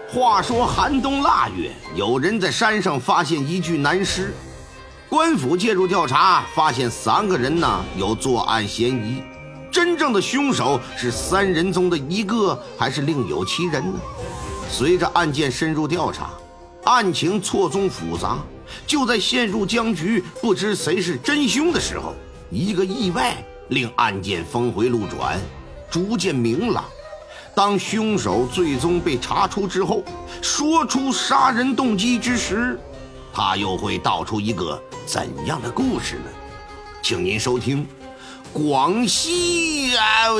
话说寒冬腊月，有人在山上发现一具男尸，官府介入调查，发现3个人呢有作案嫌疑。真正的凶手是3人中的1个，还是另有其人呢？随着案件深入调查，案情错综复杂，就在陷入僵局，不知谁是真凶的时候，一个意外令案件峰回路转，逐渐明朗。当凶手最终被查出之后，说出杀人动机之时，他又会道出一个怎样的故事呢？请您收听广西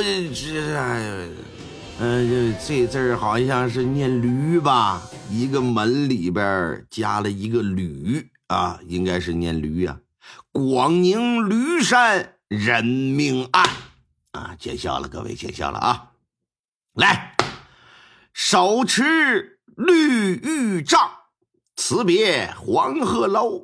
这字儿好像是念驴吧，一个门里边加了一个吕啊，应该是念驴啊。广宁驴山人命案啊，见笑了，各位见笑了啊。来，手持绿玉杖，辞别黄鹤楼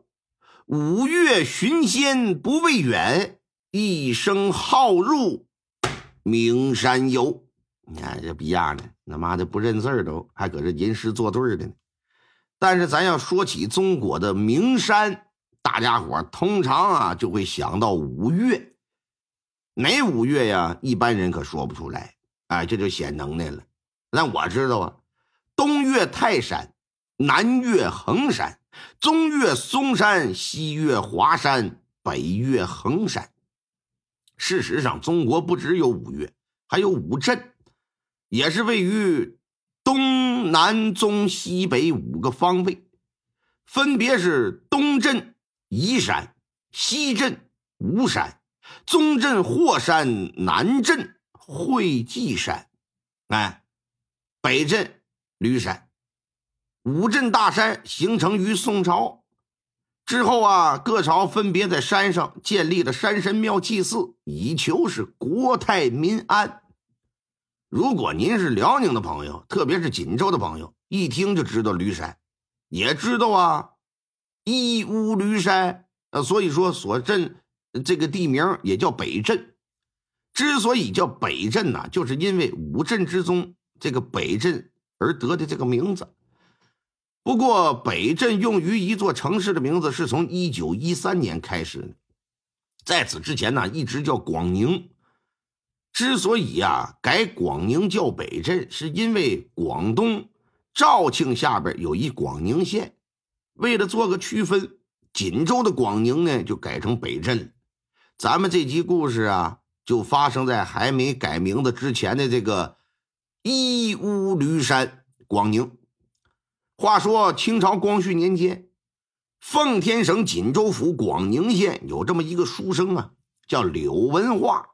，5月寻仙不畏远，一生好入名山游。你看这逼样的，他妈的不认字都还搁这吟诗作对的呢。但是咱要说起中国的名山，大家伙通常啊就会想到5岳。哪5岳呀？一般人可说不出来，哎，这就显能耐了。但我知道啊，东岳泰山，南岳衡山，中岳嵩山，西岳华山，北岳衡山。事实上，中国不只有5岳，还有5镇，也是位于东南中西北5个方位，分别是东镇宜山，西镇吴山，中镇霍山，南镇会稽山，哎，北镇驴山。5镇大山形成于宋朝之后啊，各朝分别在山上建立了山神庙祭祀，以求是国泰民安。如果您是辽宁的朋友，特别是锦州的朋友，一听就知道驴山，也知道啊义乌驴山，所以说所镇这个地名也叫北镇。之所以叫北镇呢，就是因为5镇之中这个北镇而得的这个名字。不过北镇用于一座城市的名字是从1913年开始的，在此之前呢一直叫广宁。之所以改广宁叫北镇，是因为广东肇庆下边有一广宁县，为了做个区分，锦州的广宁呢就改成北镇了。咱们这集故事啊就发生在还没改名字之前的这个义乌驴山广宁。话说清朝光绪年间，奉天省锦州府广宁县有这么一个书生啊，叫柳文化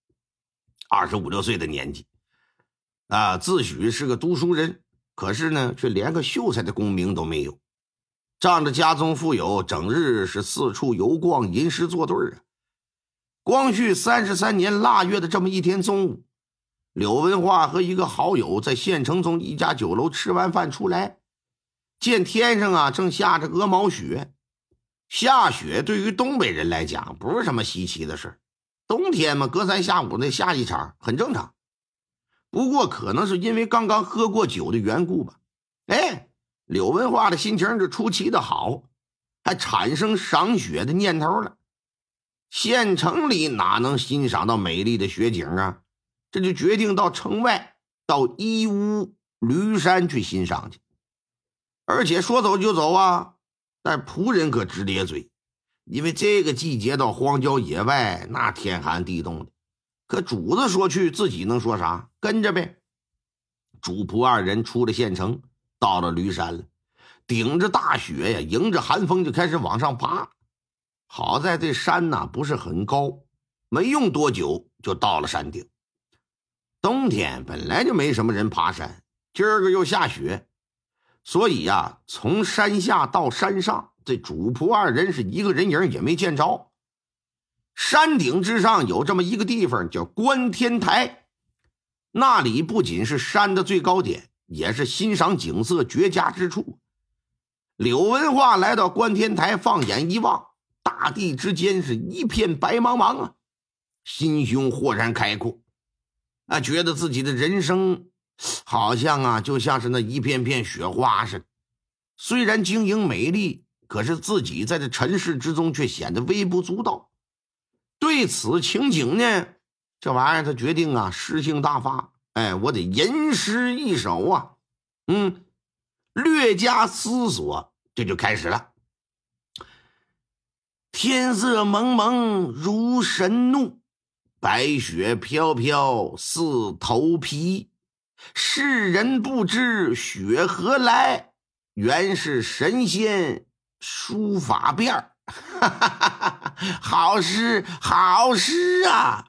，25、26岁的年纪啊，自诩是个读书人，可是呢却连个秀才的功名都没有。仗着家中富有，整日是四处游逛，吟诗作对啊。光绪33年腊月的这么一天中午，柳文化和一个好友在县城中一家酒楼吃完饭出来，见天上啊正下着鹅毛雪。下雪对于东北人来讲不是什么稀奇的事，冬天嘛，隔三下五的下一场很正常。不过可能是因为刚刚喝过酒的缘故吧，哎，柳文化的心情就出奇的好，还产生赏雪的念头了。县城里哪能欣赏到美丽的雪景啊？这就决定到城外，到义乌驴山去欣赏去。而且说走就走啊，但仆人可直咧嘴，因为这个季节到荒郊野外那天寒地冻的，可主子说去自己能说啥，跟着呗。主仆2人出了县城，到了驴山了，顶着大雪呀，迎着寒风就开始往上爬。好在这山呢不是很高，没用多久就到了山顶。冬天本来就没什么人爬山，今儿个又下雪，所以从山下到山上，这主仆2人是一个人影也没见着。山顶之上有这么一个地方叫观天台，那里不仅是山的最高点，也是欣赏景色绝佳之处。柳文化来到观天台，放眼一望，大地之间是一片白茫茫啊，心胸豁然开阔啊，觉得自己的人生好像啊就像是那一片片雪花似的。虽然晶莹美丽，可是自己在这尘世之中却显得微不足道。对此情景呢，这玩意儿他决定啊诗性大发，我得吟诗一首啊。略加思索，这就开始了。天色蒙蒙如神怒，白雪飘飘似头皮。世人不知雪何来，原是神仙书法辫儿。好诗好诗啊！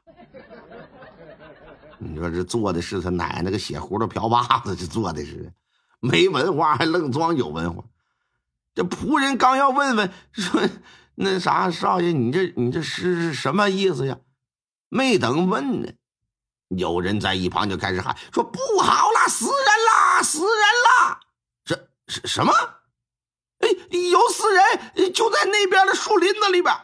你说这做的是他奶奶个血葫芦瓢把子，这做的是没文化还愣装有文化。这仆人刚要问问说那啥少爷你这诗是什么意思呀？没等问呢，有人在一旁就开始喊说不好了，死人啦死人啦！什么？有死人，就在那边的树林子里边。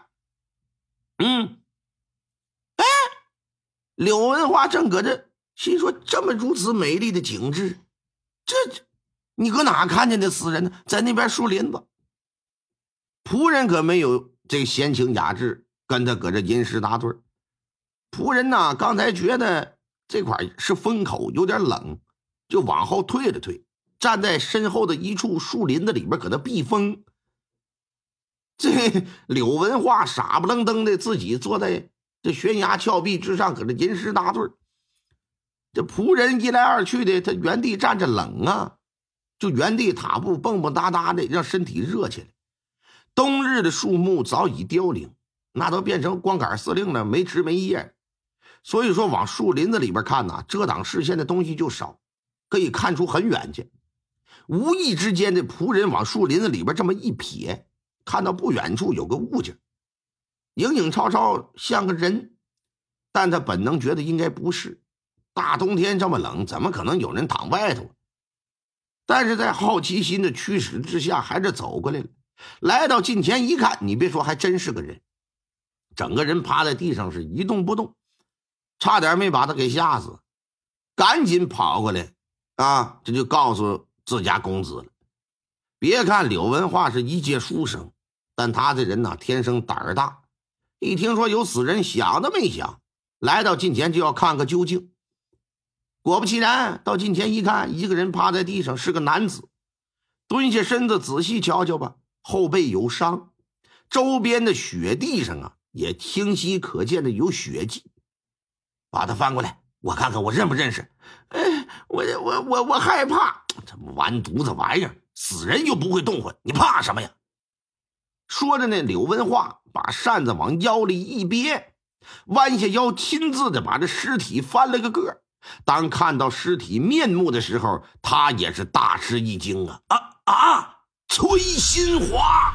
柳文化正搁这心说，这么如此美丽的景致，这你搁哪看见的死人呢？在那边树林子。仆人可没有这个闲情雅致跟他搁这吟诗答对。仆人呢刚才觉得这块是风口有点冷，就往后退了退，站在身后的一处树林子里边搁那避风。这柳文化傻不愣登的自己坐在这悬崖峭壁之上搁这吟诗答对。这仆人一来二去的他原地站着冷啊，就原地踏步蹦蹦哒哒的让身体热起来。冬日的树木早已凋零，那都变成光杆司令了，没枝没叶。所以说往树林子里边看呐，遮挡视线的东西就少，可以看出很远去。无意之间的仆人往树林子里边这么一瞥，看到不远处有个物件，影影绰绰像个人，但他本能觉得应该不是，大冬天这么冷，怎么可能有人躺外头？但是在好奇心的驱使之下，还是走过来了。来到近前一看，你别说，还真是个人，整个人趴在地上是一动不动，差点没把他给吓死，赶紧跑过来啊，这就告诉自家公子了。别看柳文化是一介书生，但他这人呢天生胆儿大，一听说有死人，想都没想，来到近前就要看个究竟。果不其然，到近前一看，一个人趴在地上，是个男子。蹲下身子仔细瞧瞧吧，后背有伤，周边的雪地上啊也清晰可见的有血迹。把他翻过来，我看看我认不认识。我害怕，这完犊子玩意儿，死人又不会动唤，你怕什么呀？说着呢，柳文化把扇子往腰里一别，弯下腰亲自的把这尸体翻了个个。当看到尸体面目的时候，他也是大吃一惊啊！崔新华。